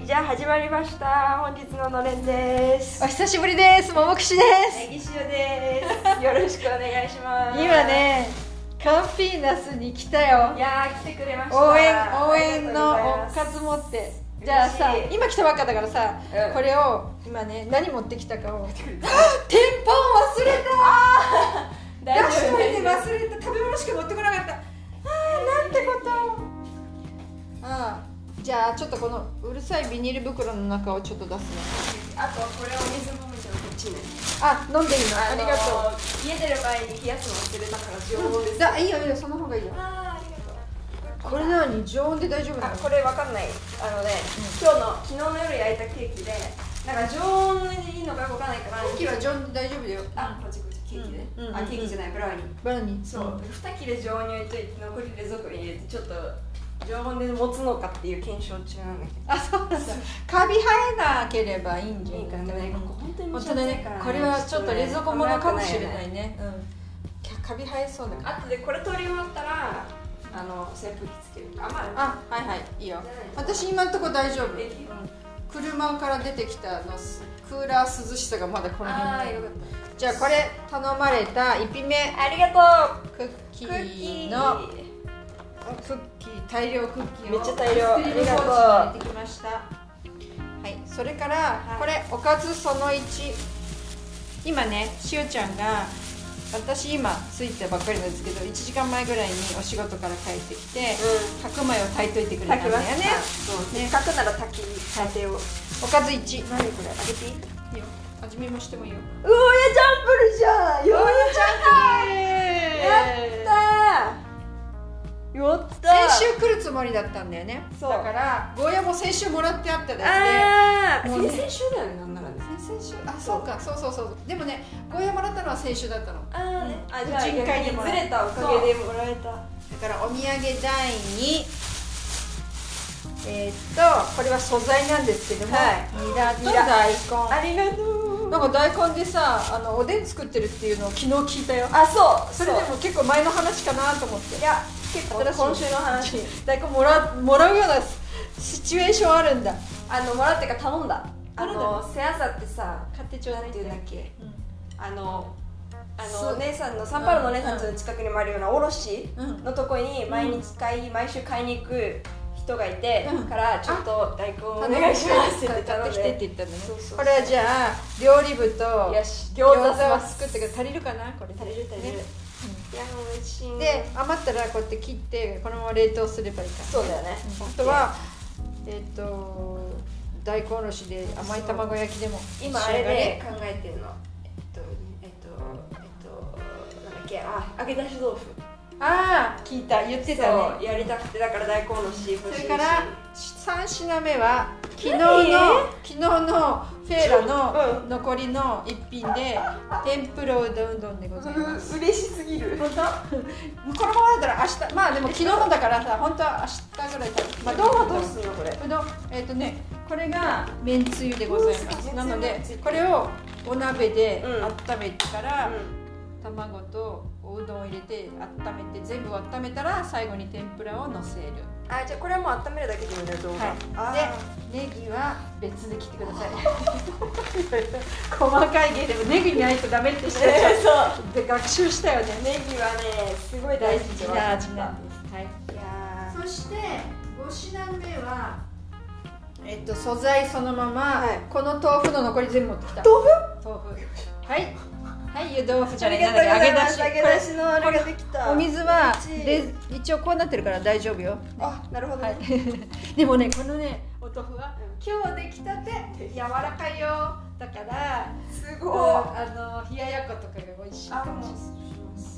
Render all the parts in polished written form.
じゃあ始まりました。本日ののれんです。 お久しぶりです。ももくしです。 ぎしおです。よろしくお願いします。 今ね、カンピーナスに来たよ。 いやー、来てくれました。 応援のおかず持って。じゃあさ、今来たばっかだからさ、これを今ね、何持ってきたかを。天パン忘れた。出しといて忘れた。食べ物しか持ってこなかった。なんてこと。じゃあちょっとこのうるさいビニール袋の中をちょっと出すね。 あとこれお水飲めちゃうこっちね。 飲んでいいの？ありがとう。 家出る前に冷やすの忘れたから常温です。 いいよいいよ、その方がいいよ。 ありがとう。 これ何？常温で大丈夫なの？ これわかんない。昨日の夜焼いたケーキで、なんか常温でいいのかわかんないから。 ケーキは常温で大丈夫だよ。 こっちケーキで。ケーキじゃない、ブラウニー。 ブラウニー。 そう。2切れ常温に置いといて、残り冷蔵庫に入れてちょっと。常温で持つのかっていう検証中なんだけど。 そうなんだ。カビ生えなければいいんじゃないかな。 本当に本当だね。これはちょっと冷蔵庫ものかもしれないね。カビ生えそうだから。 あとでこれ取り終わったら扇風機つける。 はいはい、いいよ。私今のところ大丈夫。車から出てきたクーラー涼しさがまだこの辺に。じゃあこれ頼まれた1品目。 ありがとう。 クッキーの大量クッキーをめっちゃ大量。 ありがとう。入れてきました。はい、それからこれおかずその1。今ね、しおちゃんが私今着いたばっかりなんですけど、1時間前ぐらいにお仕事から帰ってきて、白米を炊いといてくれたんだよね。 せっかくなら炊いてよ。 おかず1。 何これ？あげていい？ いいよ。味見もしてもいいよ。 ゴーヤチャンプルじゃん。 ゴーヤチャンプル。 やったー。 先週来るつもりだったんだよね。だからゴーヤも先週もらってあったやつで。 先々週だよね。なんならね。 先々週。そうか、そう。でもね、ゴーヤもらったのは先週だったの。 じゃあずれたおかげでもらえた。だからお土産第2。これは素材なんですけども、ニラと大根。 ありがとう。 なんか大根でさ、おでん作ってるっていうのを昨日聞いたよ。それでも結構前の話かなと思って。 いや、結構今週の話。 大根もらうようなシチュエーションあるんだ。 もらうっていうか頼んだ。せあさってさ、 買ってちょうだいっていうんだっけ。姉さんのサンパウロの姉さんの近くにもあるような卸のとこに毎週買いに行く人がいてからちょっと大根お願いしますって買ってきてって言ったんだね。これはじゃあ料理部と餃子を作って足りるかな。これ足りる。いや美味しい。 で余ったらこうやって切ってこのまま冷凍すればいいから。 そうだよね。 あとは大根おろしで甘い卵焼きでも今あれで考えてるの。なんだっけ、揚げ出し豆腐。 聞いた、言ってたね。 やりたくて、だから大根おろし欲しいし。 それから3品目は昨日のフェーラの残りの一品で天ぷらうどんでございます。 嬉しすぎる。 本当？このままだったら明日、でも昨日のだからさ、本当は明日ぐらい食べる。 うどんはどうするのこれ？ うどん、これがめんつゆでございます。なのでこれをお鍋で温めてから卵とおうどんを入れて温めて、全部温めたら最後に天ぷらをのせる。 じゃあこれはもう温めるだけでいいんだよ。 でネギは別で切ってください。細かい芸でもネギにないとダメってしてで学習したよね。 ネギはねすごい大事な味なんです。そして5品目は素材そのまま、この豆腐の残り全部持ってきた。豆腐。はい、湯豆腐じゃない、揚げ出しのあれができた。お水は一応こうなってるから大丈夫よ。 なるほどね。 でもね、このねお豆腐は今日できたて柔らかいよ。だからすごい冷ややっことかが美味しいかもしれない。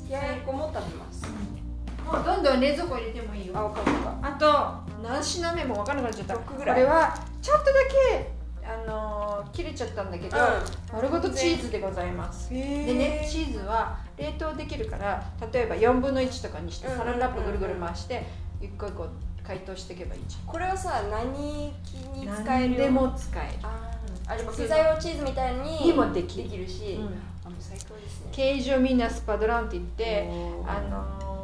冷ややっこも食べます。 もうどんどん冷蔵庫入れてもいいよ。あと何品目も分からなくなっちゃった。これはちょっとだけ切れちゃったんだけど、丸ごとチーズでございます。でね、チーズは冷凍できるから、例えば4分の1とかにしてサランラップぐるぐる回して一個一個解凍していけばいいじゃん。 これはさ、何に使える？ 何でも使える。 でもピザ用チーズみたいにもできるし、最高ですね。 ケージョミナスパドランって言って、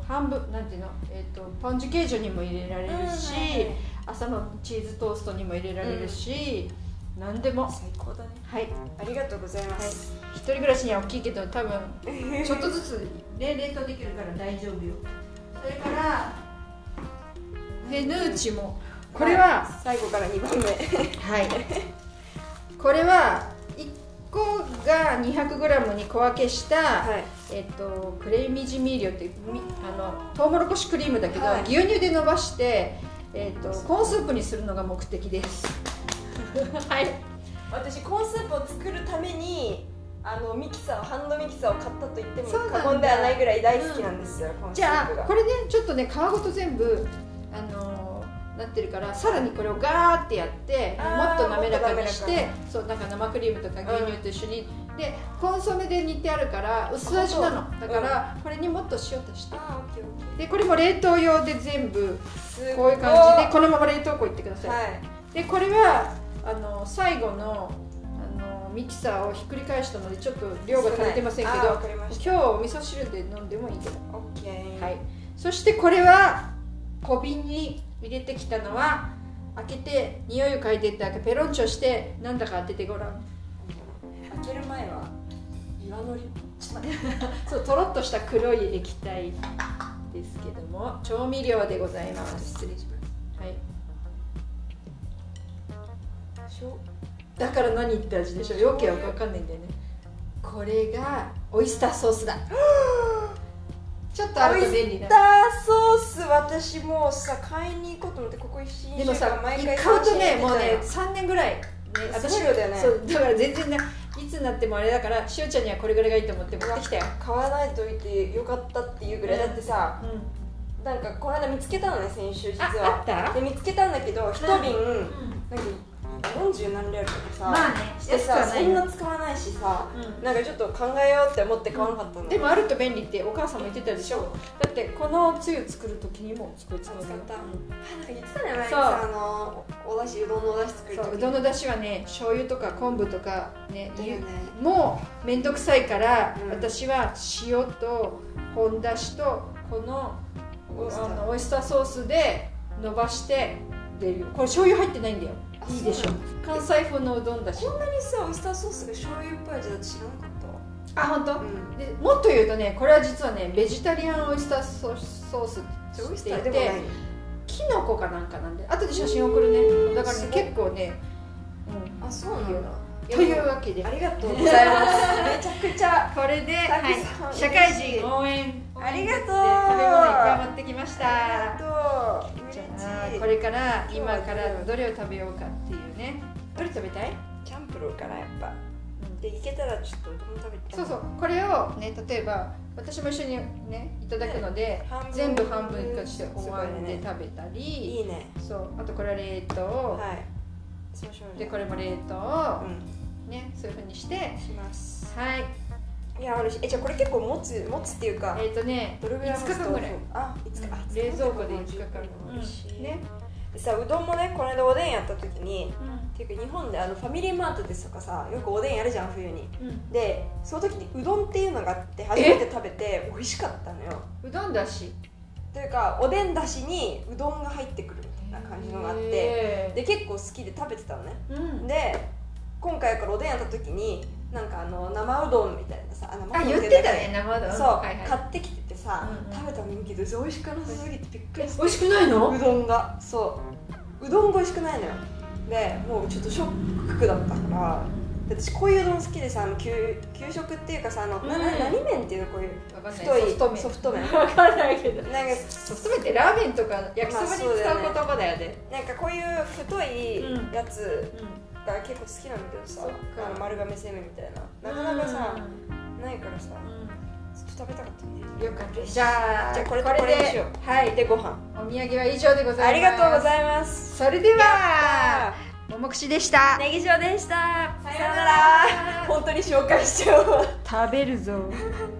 半分なんていうの、ポン・ジュケージュにも入れられるし、朝のチーズトーストにも入れられるし、何でも最高だね。 はい、 ありがとうございます。 一人暮らしには大きいけど多分ちょっとずつ、ね、冷凍できるから大丈夫よ。それからフェヌーチもこれは、 最後から2番目はい、これは1個が 200g に小分けした、クレミジミーリョっていうトウモロコシクリームだけど、牛乳で伸ばして、コーンスープにするのが目的ですはい、 私コーンスープを作るためにハンドミキサーを買ったと言っても過言ではないぐらい大好きなんですよ。 じゃあこれねちょっとね皮ごと全部なってるから、さらにこれをガーってやってもっと滑らかにして、そうなんか生クリームとか牛乳と一緒に、でコンソメで煮てあるから薄味なのだから、これにもっと塩として、でこれも冷凍用で全部こういう感じでこのまま冷凍庫行ってください。でこれは最後のミキサーをひっくり返したのでちょっと量が足りてませんけど、今日お味噌汁で飲んでもいいけど、はい、そしてこれは小瓶に入れてきたのは、開けて匂いを嗅いでってペロンチョしてなんだか当ててごらん。 開ける前は岩のりそうとろっとした黒い液体ですけども、調味料でございます。 失礼します。 はい、だから何って味でしょ。よけわかんないんだよね。これがオイスターソースだちょっとあると便利な。 オイスターソース、私もうさ買いに行こうと思って、ここ1週間でもさ買うとね、もうね3年ぐらいね、 私だよね。 そうだから全然いつになってもあれだから、しおちゃんにはこれぐらいがいいと思って持ってきたよ。 買わないといてよかったっていうぐらい、だってさ、なんかこの間見つけたのね、先週実は。で見つけたんだけど、1瓶なんか40何レールとかさ、 まあね、 してさ、そんな使わないしさ、なんかちょっと考えようって思って買わなかったの。 でもあると便利ってお母さんも言ってたでしょ。だってこのつゆ作る時にも使った。 なんか言ってたね、前にさ、おだし、うどんのおだし作る時。 うどんのだしはね、醤油とか昆布とかね、もうめんどくさいから、私は塩と本だしとこのオイスターソースで伸ばして出るよ。これ醤油入ってないんだよ。いいでしょ。関西風のうどんだし。 こんなにさ、オイスターソースが醤油っぽい味だと知らなかったわ。あ、本当？でもっと言うとね、これは実はね、ベジタリアンオイスターソースって言って、キノコかなんかなんで、後で写真送るね。だからね、結構ね、 あ、そうなんだ。 というわけで、 ありがとうございます。めちゃくちゃこれで、社会人応援ありがとう。 食べ物いっぱい持ってきました。 ありがとう。 じゃあこれから今からどれを食べようかっていうね。どれ食べたい？ チャンプルーかな、やっぱ。でいけたらちょっとうどん食べて。 そうそう、これをね、例えば私も一緒にねいただくので、全部半分にしてお椀で食べたり、 いいね。 そう、あとこれは冷凍。 はい。そうしよう。 でこれも冷凍。ね、そういう風にしてします。 はい。 いや、嬉しい。じゃあこれ結構持つっていうか、 ね、 どれぐらい 5日間ぐらい。 あ、5日。 冷蔵庫で5日間ね。でさ、うどんもね、この間おでんやった時に、っていうか日本でファミリーマートですとかさ、よくおでんやるじゃん、冬に。でその時にうどんっていうのがあって初めて食べて美味しかったのよ。 うどんだしというか、おでんだしにうどんが入ってくるみたいな感じのがあって、で結構好きで食べてたのね。で今回からおでんやった時になんか生うどんみたいなさ、 言ってたね、生うどん。 そう、買ってきててさ、食べたの見るけど美味しくなさすぎてびっくりして。 美味しくないの？ うどんが、そううどんが美味しくないのよ。でもうちょっとショックだったから、私こういううどん好きでさ、給食っていうかさ、何麺っていうの、こういう太いソフト麺。 分かんないけど、 なんかソフト麺ってラーメンとか焼きそばに使う言葉だよね。なんかこういう太いやつが結構好きなんだけどさ、丸亀製麺みたいな、なかなかさないからさ、ずっと食べたかったね。 よかった。じゃあこれでしよう。はい。でご飯、 お土産は以上でございます。 ありがとうございます。 それではももくしでした。 ネギ塩でした。さよなら。本当に紹介しちゃおう。 食べるぞ。